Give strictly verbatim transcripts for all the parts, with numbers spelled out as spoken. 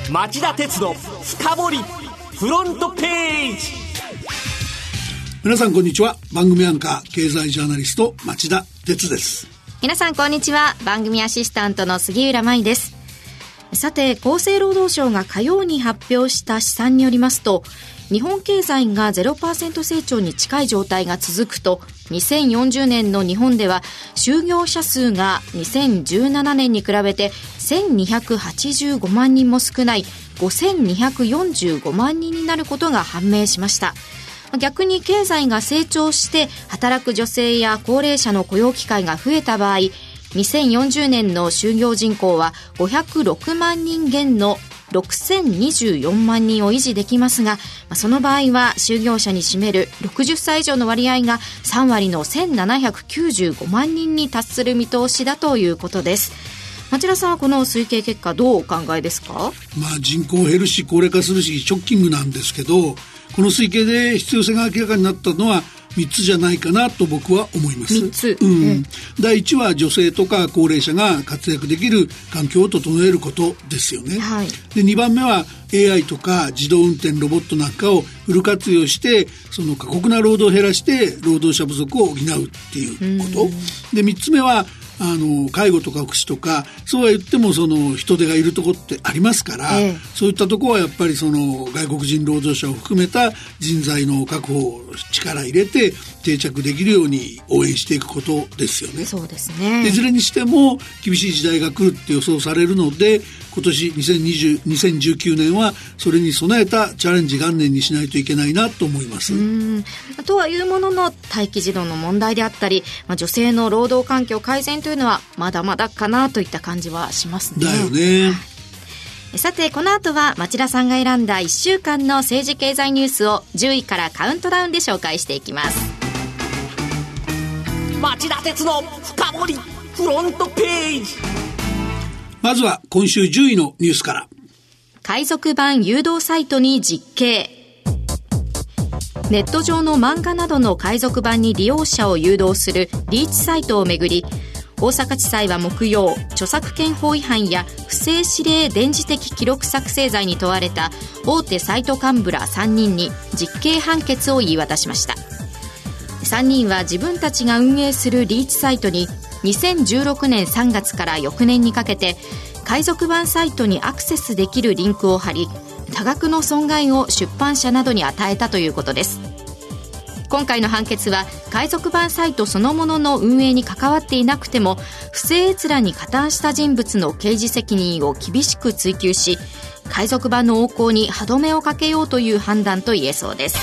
町田鉄の深掘りフロントページ。 皆さんこんにちは。番組アンカー経済ジャーナリスト町田鉄です。 皆さんこんにちは。番組アシスタントの杉浦舞です。さて、厚生労働省が火曜に発表した試算によりますと、日本経済が ゼロパーセント 成長に近い状態が続くと、にせんよんじゅうねんの日本では就業者数がにせんじゅうななねんに比べてせんにひゃくはちじゅうごまんにんも少ないごせんにひゃくよんじゅうごまんにんになることが判明しました。逆に経済が成長して働く女性や高齢者の雇用機会が増えた場合、にせんよんじゅうねんの就業人口はごひゃくろくまんにん減のろくせんにじゅうよんまんにんを維持できますが、その場合は就業者に占めるろくじゅっさい以上の割合がさんわりのせんななひゃくきゅうじゅうごまんにんに達する見通しだということです。町田さんはこの推計結果どうお考えですか？ まあ、人口減るし高齢化するしショッキングなんですけど、この推計で必要性が明らかになったのはみっつじゃないかなと僕は思います。 みっつ、 うんええ、 だいいちは女性とか高齢者が活躍できる環境を整えることですよね、 はい、 でにばんめは エーアイ とか自動運転ロボットなんかをフル活用してその過酷な労働を減らして労働者不足を補うっていうことで、みっつめはあの介護とか福祉とかそうは言ってもその人手がいるところってありますから、ええ、そういったところはやっぱりその外国人労働者を含めた人材の確保を力入れて定着できるように応援していくことですよね。 そうですね。 いずれにしても厳しい時代が来るって予想されるので、今年にせんにじゅう、にせんじゅうきゅうねんはそれに備えたチャレンジ元年にしないといけないなと思います。 うーんとはいうものの待機児童の問題であったり、まあ、女性の労働環境改善というのはまだまだかなといった感じはしますね。 だよね。 さて、この後は町田さんが選んだいっしゅうかんの政治経済ニュースをじゅういからカウントダウンで紹介していきます。 町田鉄の深掘りフロントページ。 まずは今週じゅういのニュースから。 海賊版誘導サイトに実刑。ネット上の漫画などの海賊版に利用者を誘導するリーチサイトをめぐり、大阪地裁は木曜、著作権法違反や不正指令電磁的記録作成罪に問われた大手サイト幹部らさんにんに実刑判決を言い渡しました。さんにんは自分たちが運営するリーチサイトににせんじゅうろくねんさんがつから翌年にかけて海賊版サイトにアクセスできるリンクを貼り、多額の損害を出版社などに与えたということです。今回の判決は海賊版サイトそのものの運営に関わっていなくても不正閲覧に加担した人物の刑事責任を厳しく追及し、海賊版の横行に歯止めをかけようという判断と言えそうです。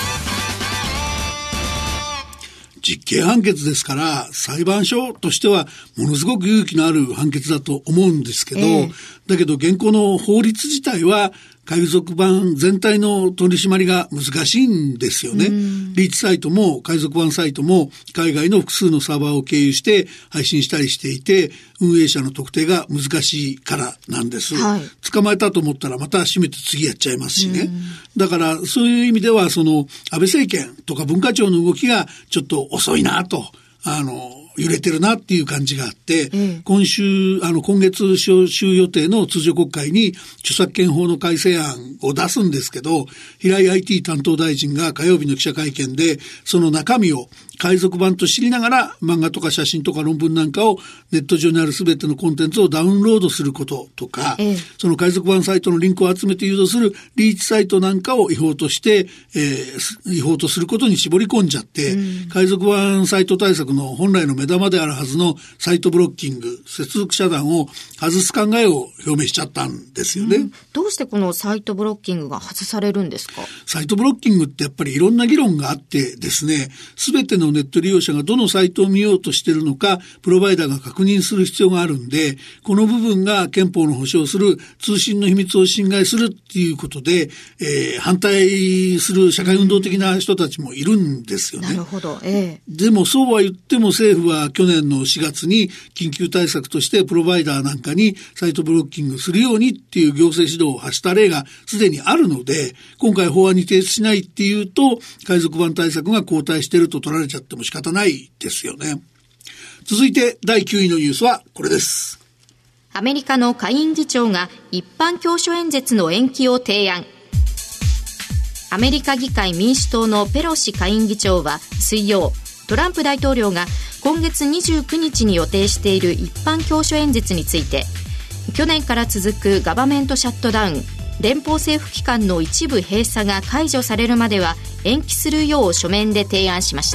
実刑判決ですから裁判所としてはものすごく勇気のある判決だと思うんですけど、えー、だけど現行の法律自体は海賊版全体の取り締まりが難しいんですよね。リーチサイトも海賊版サイトも海外の複数のサーバーを経由して配信したりしていて、運営者の特定が難しいからなんです、はい、捕まえたと思ったらまた閉めて次やっちゃいますしね。だからそういう意味ではその安倍政権とか文化庁の動きがちょっと遅いなと、あの揺れてるなっていう感じがあって、うん、今週あの今月召集予定の通常国会に著作権法の改正案を出すんですけど、平井 アイティー 担当大臣が火曜日の記者会見でその中身を海賊版と知りながら漫画とか写真とか論文なんかをネット上にあるすべてのコンテンツをダウンロードすることとか、うん、その海賊版サイトのリンクを集めて誘導するリーチサイトなんかを違法として、えー、違法とすることに絞り込んじゃって、うん、海賊版サイト対策の本来の目玉であるはずのサイトブロッキング、接続遮断を外す考えを表明しちゃったんですよね、うん、 どうしてこのサイトブロッキングが外されるんですか？ サイトブロッキングってやっぱりいろんな議論があってですね、すべてのネット利用者がどのサイトを見ようとしているのかプロバイダーが確認する必要があるんで、この部分が憲法の保障する通信の秘密を侵害するっていうことで、えー、反対する社会運動的な人たちもいるんですよね。 なるほど、えー、でもそうは言っても政府は去年のしがつに緊急対策としてプロバイダーなんかにサイトブロッキングするようにっていう行政指導を発した例がすでにあるので、今回法案に提出しないっていうと海賊版対策が後退していると取られちゃっても仕方ないですよね。続いてだいきゅういのニュースはこれです。 アメリカの下院議長が一般教書演説の延期を提案。アメリカ議会民主党のペロシ下院議長は水曜、トランプ大統領が今月にじゅうくにちに予定している一般教書演説について、去年から続くガバメントシャットダウン、連邦政府機関の一部閉鎖が解除されるまでは延期するよう書面で提案しました。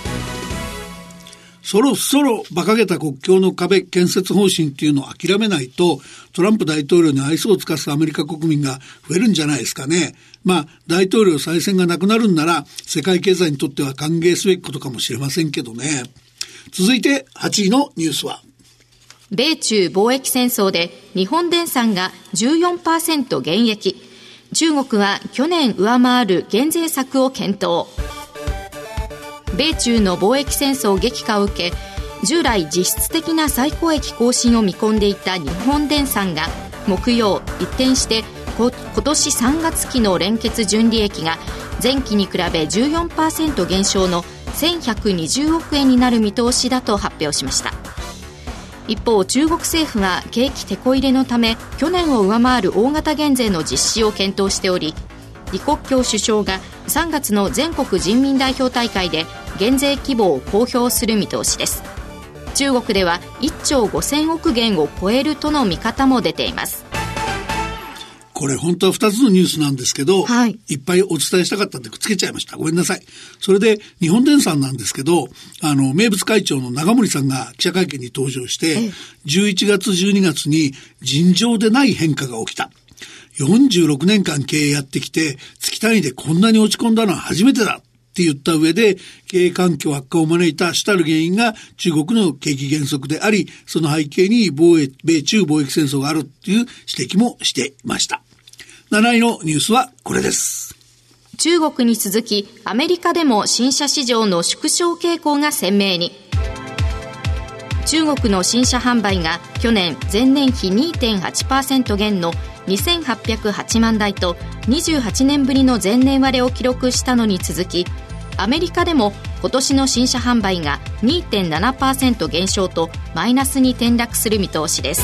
そろそろ馬鹿げた国境の壁建設方針っていうのを諦めないと、トランプ大統領に愛想を尽かすアメリカ国民が増えるんじゃないですかね。まあ大統領再選がなくなるんなら世界経済にとっては歓迎すべきことかもしれませんけどね。続いてはちいのニュースは、 米中貿易戦争で日本電産が じゅうよんパーセント 減益。中国は去年上回る減税策を検討。米中の貿易戦争激化を受け、従来実質的な最高益更新を見込んでいた日本電産が木曜一転して今年さんがつ期の連結純利益が前期に比べ じゅうよんパーセント 減少のせんひゃくにじゅうおくえんになる見通しだと発表しました。一方、中国政府は景気てこ入れのため去年を上回る大型減税の実施を検討しており、李克強首相がさんがつの全国人民代表大会で減税規模を公表する見通しです。中国ではいっちょうごせんおくげんを超えるとの見方も出ています。 これ本当はふたつのニュースなんですけど、 はい、 いっぱいお伝えしたかったんでくっつけちゃいました。ごめんなさい。それで日本電産なんですけど、あの名物会長の長森さんが記者会見に登場して、じゅういちがつじゅうにがつに尋常でない変化が起きた。よんじゅうろくねんかん経営やってきて月単位でこんなに落ち込んだのは初めてだって言った上で、経営環境悪化を招いた主たる原因が中国の景気減速であり、その背景に貿易米中貿易戦争があるっていう指摘もしていました。なないのニュースはこれです。 中国に続きアメリカでも新車市場の縮小傾向が鮮明に。中国の新車販売が去年前年比 にてんはちパーセント 減のにせんはっぴゃくはちまんだいとにじゅうはちねんぶりの前年割れを記録したのに続き、アメリカでも今年の新車販売が にてんななパーセント 減少とマイナスに転落する見通しです。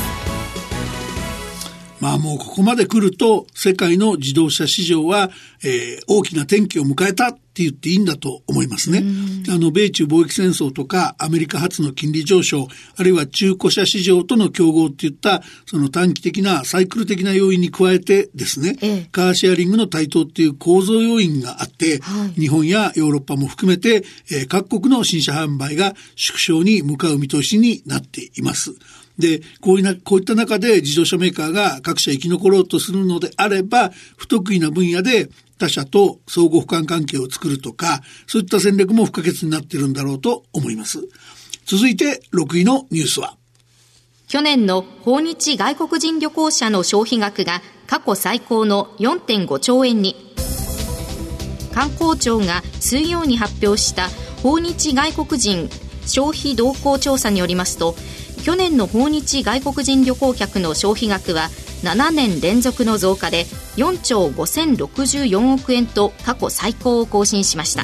まあもうここまで来ると世界の自動車市場は、えー、大きな転機を迎えたって言っていいんだと思いますね。あの米中貿易戦争とかアメリカ発の金利上昇、あるいは中古車市場との競合っていったその短期的なサイクル的な要因に加えてですね、ええ、カーシェアリングの台頭っていう構造要因があって、はい、日本やヨーロッパも含めて、えー、各国の新車販売が縮小に向かう見通しになっています。で、こういな、こういった中で自動車メーカーが各社生き残ろうとするのであれば、不得意な分野で他社と相互補完関係を作るとか、そういった戦略も不可欠になっているんだろうと思います。続いてろくいのニュースは、 去年の訪日外国人旅行者の消費額が過去最高の よんてんごちょうえんに。観光庁が水曜に発表した訪日外国人消費動向調査によりますと、去年の訪日外国人旅行客の消費額はななねんれんぞくの増加でよんちょうごせんろくじゅうよんおくえんと過去最高を更新しました。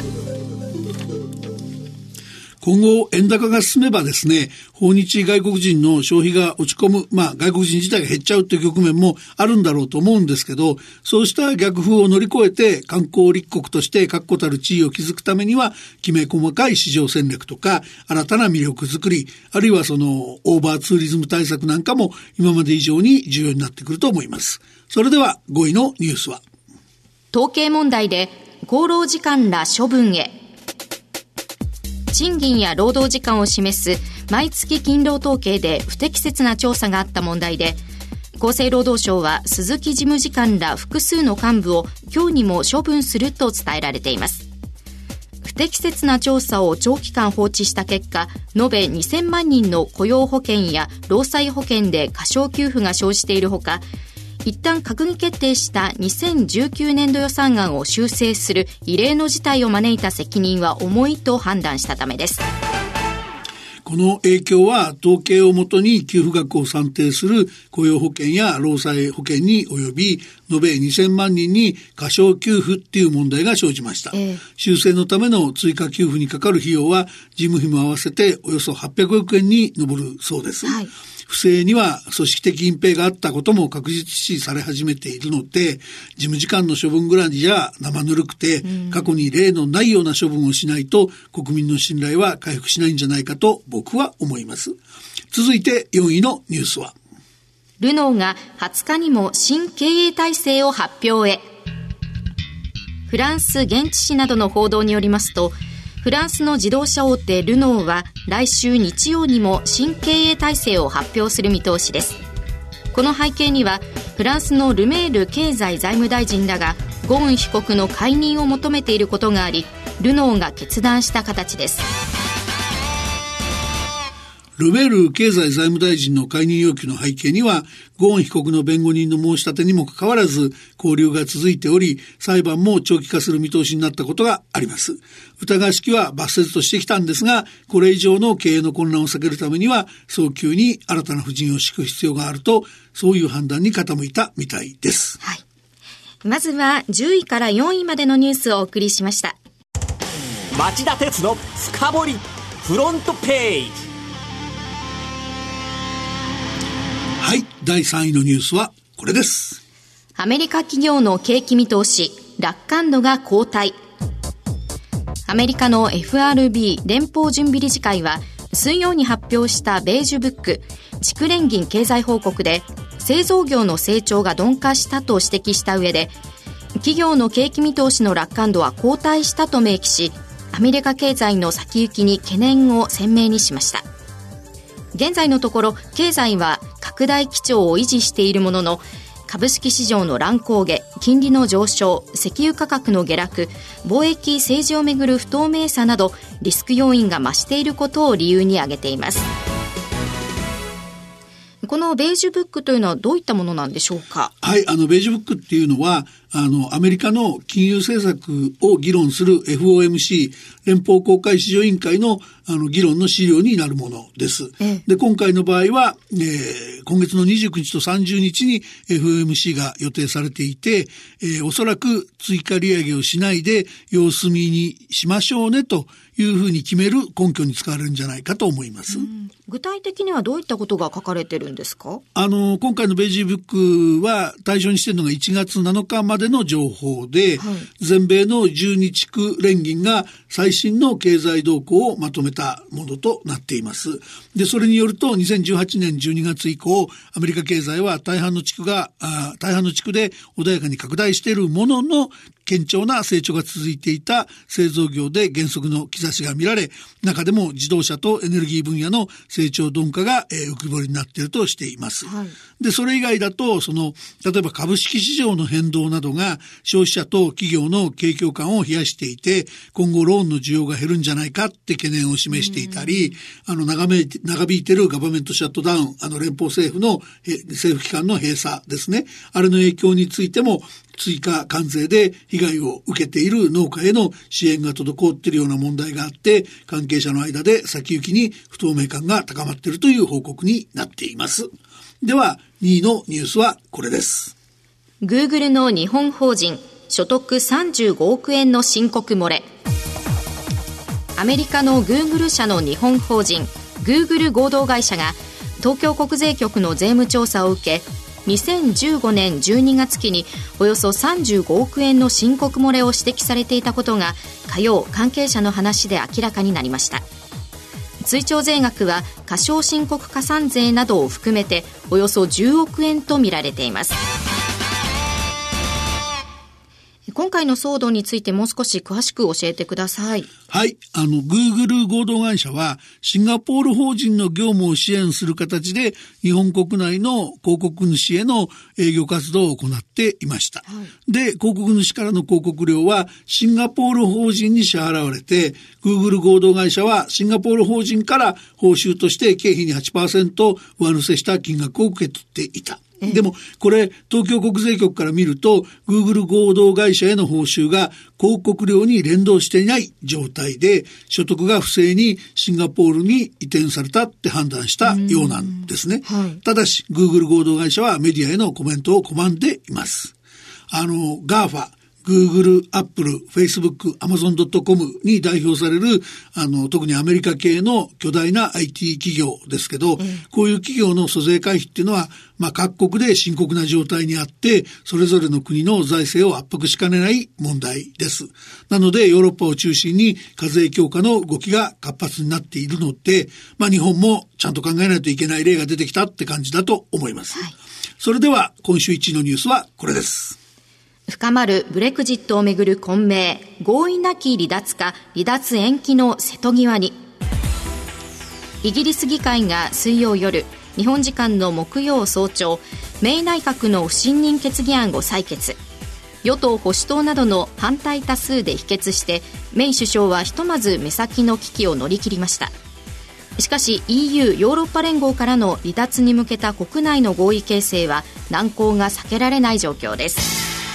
今後円高が進めばですね、訪日外国人の消費が落ち込む、まあ外国人自体が減っちゃうという局面もあるんだろうと思うんですけど、そうした逆風を乗り越えて観光立国として確固たる地位を築くためには、きめ細かい市場戦略とか新たな魅力づくり、あるいはそのオーバーツーリズム対策なんかも今まで以上に重要になってくると思います。それではごいのニュースは、 統計問題で功労時間ら処分へ。賃金や労働時間を示す毎月勤労統計で不適切な調査があった問題で、厚生労働省は鈴木事務次官ら複数の幹部を今日にも処分すると伝えられています。不適切な調査を長期間放置した結果、延べにせんまんにんの雇用保険や労災保険で過少給付が生じているほか、一旦閣議決定したにせんじゅうきゅうねんど予算案を修正する異例の事態を招いた責任は重いと判断したためです。 この影響は統計をもとに給付額を算定する雇用保険や労災保険に及び、延べにせんまんにんに過少給付っていう問題が生じました、えー、修正のための追加給付にかかる費用は事務費も合わせておよそはっぴゃくおくえんに上るそうです、はい。 不正には組織的隠蔽があったことも確実視され始めているので、事務次官の処分ぐらいじゃ生ぬるくて、過去に例のないような処分をしないと国民の信頼は回復しないんじゃないかと僕は思います。続いてよんいのニュースは、 ルノーがはつかにも新経営体制を発表へ。フランス現地紙などの報道によりますと、フランスの自動車大手ルノーは来週日曜にも新経営体制を発表する見通しです。この背景には、フランスのルメール経済財務大臣らがゴーン被告の解任を求めていることがあり、ルノーが決断した形です。 ルメール経済財務大臣の解任要求の背景には、ゴーン被告の弁護人の申し立てにもかかわらず勾留が続いており、裁判も長期化する見通しになったことがあります。疑わしきは罰せずとしてきたんですが、これ以上の経営の混乱を避けるためには早急に新たな布陣を敷く必要があると、そういう判断に傾いたみたいです。 はい、まずはじゅういからよんいまでのニュースをお送りしました。 町田鉄の深掘りフロントページ。 はい、だいさんいのニュースはこれです。 アメリカ企業の景気見通し、楽観度が後退。アメリカの エフアールビー 連邦準備理事会は水曜に発表したベージュブック地区連銀経済報告で、製造業の成長が鈍化したと指摘した上で、企業の景気見通しの楽観度は後退したと明記し、アメリカ経済の先行きに懸念を鮮明にしました。現在のところ経済は拡大基調を維持しているものの、株式市場の乱高下、金利の上昇、石油価格の下落、貿易政治をめぐる不透明さなどリスク要因が増していることを理由に挙げています。このベージュブックというのはどういったものなんでしょうか。 はい、あのベージュブックっていうのは、あのアメリカの金融政策を議論する エフオーエムシー 連邦公開市場委員会のあの議論の資料になるものです。ええ、で今回の場合は、えー、今月のにじゅうくにちとさんじゅうにちに エフオーエムシー が予定されていて、えー、おそらく追加利上げをしないで様子見にしましょうねというふうに決める根拠に使われるんじゃないかと思います。うん、 具体的にはどういったことが書かれてるんですか。 あの今回のベージュブックは対象にしているのがいちがつなのかまでの情報で、はい、全米のじゅうにちく連銀が最新の経済動向をまとめたものとなっています。でそれによるとにせんじゅうはちねんじゅうにがつ以降、アメリカ経済は大半の地区があ大半の地区で穏やかに拡大しているものの、堅調な成長が続いていた製造業で減速の兆しが見られ、中でも自動車とエネルギー分野の成長鈍化が、えー、浮き彫りになっているとしています。はい、でそれ以外だと、その例えば株式市場の変動などが消費者と企業の景況感を冷やしていて、今後ローンの需要が減るんじゃないかって懸念を示していたり、あの長め長引いているガバメントシャットダウン、あの連邦政府の政府機関の閉鎖ですね、あれの影響についても追加関税で被害を受けている農家への支援が滞っているような問題があって、関係者の間で先行きに不透明感が高まっているという報告になっています。ではにいのニュースはこれです。 Google の日本法人所得さんじゅうごおくえんの申告漏れ。アメリカの Google 社の日本法人 Google 合同会社が東京国税局の税務調査を受け、にせんじゅうごねんじゅうにがつ期におよそさんじゅうごおくえんの申告漏れを指摘されていたことが火曜、関係者の話で明らかになりました。追徴税額は過少申告加算税などを含めておよそじゅうおくえんとみられています。今回の騒動についてもう少し詳しく教えてください。 はい、あの Google 合同会社はシンガポール法人の業務を支援する形で日本国内の広告主への営業活動を行っていました。はい、で広告主からの広告料はシンガポール法人に支払われて、 Google 合同会社はシンガポール法人から報酬として経費に はちパーセント 上乗せした金額を受け取っていた。でもこれ東京国税局から見ると Google 合同会社への報酬が広告料に連動していない状態で、所得が不正にシンガポールに移転されたって判断したようなんですね。はい、ただし Google 合同会社はメディアへのコメントを拒んでいます。あの ガーファ Google、Apple、Facebook、アマゾンドットコム に代表される、あの、特にアメリカ系の巨大な アイティー 企業ですけど、うん、こういう企業の租税回避っていうのは、まあ、各国で深刻な状態にあって、それぞれの国の財政を圧迫しかねない問題です。なので、ヨーロッパを中心に課税強化の動きが活発になっているので、まあ、日本もちゃんと考えないといけない例が出てきたって感じだと思います。はい、それでは、今週いちいのニュースはこれです。 深まるブレクジットをめぐる混迷、合意なき離脱か離脱延期の瀬戸際に。イギリス議会が水曜夜、日本時間の木曜早朝、メイ内閣の不信任決議案を採決。与党保守党などの反対多数で否決して、メイ首相はひとまず目先の危機を乗り切りました。しかし イーユー ヨーロッパ連合からの離脱に向けた国内の合意形成は難航が避けられない状況です。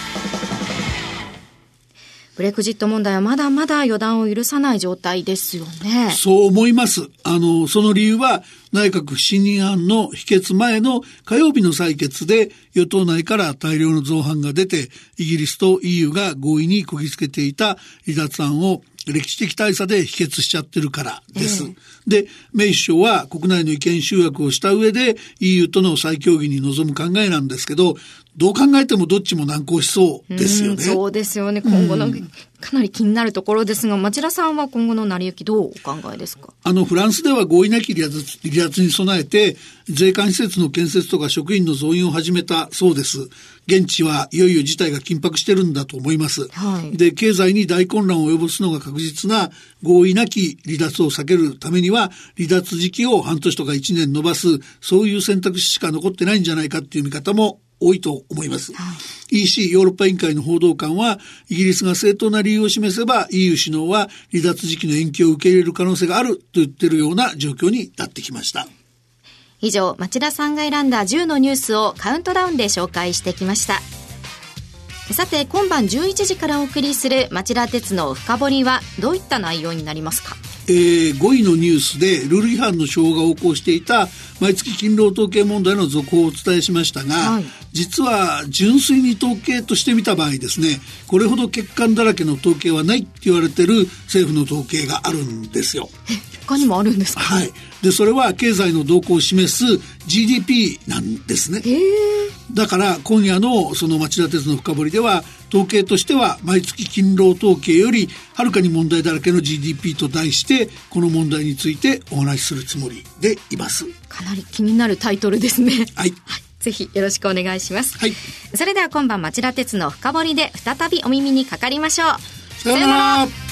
ブレクジット問題はまだまだ予断を許さない状態ですよね。 そう思います。あの、その理由は内閣不信任案の否決前の火曜日の採決で与党内から大量の造反が出て、イギリスと イーユー が合意にこぎつけていた離脱案を歴史的大差で否決しちゃってるからです。えー、で、メイ首相は国内の意見集約をした上で イーユー との再協議に臨む考えなんですけど、どう考えてもどっちも難航しそうですよね。 うん、そうですよね。今後の、うん、かなり気になるところですが、町田さんは今後の成り行きどうお考えですか？ あの、フランスでは合意なき離脱、離脱に備えて、税関施設の建設とか職員の増員を始めたそうです。現地はいよいよ事態が緊迫してるんだと思います。はい、で、経済に大混乱を及ぼすのが確実な合意なき離脱を避けるためには、離脱時期を半年とかいちねん延ばす、そういう選択肢しか残ってないんじゃないかっていう見方も多いと思います。はい、イーシー ヨーロッパ委員会の報道官は、イギリスが正当な理由を示せば イーユー 首脳は離脱時期の延期を受け入れる可能性があると言っているような状況になってきました。 以上、町田さんが選んだじゅうのニュースをカウントダウンで紹介してきました。さて、今晩じゅういちじからお送りする町田鉄の深掘りはどういった内容になりますか？ えー、ごいのニュースでルール違反の証が横行していた毎月勤労統計問題の続報をお伝えしましたが、はい、実は純粋に統計としてみた場合ですね、これほど欠陥だらけの統計はないって言われている政府の統計があるんですよ。 え、他にもあるんですか？ はい。で、それは経済の動向を示す ジーディーピー なんですね。 えー、 だから今夜のその町田鉄の深掘りでは、統計としては毎月勤労統計よりはるかに問題だらけの ジーディーピー と題してこの問題についてお話しするつもりでいます。 かなり気になるタイトルですね。 はい、 はい、ぜひよろしくお願いします。 はい、 それでは今晩町田鉄の深掘りで再びお耳にかかりましょう。 さようなら。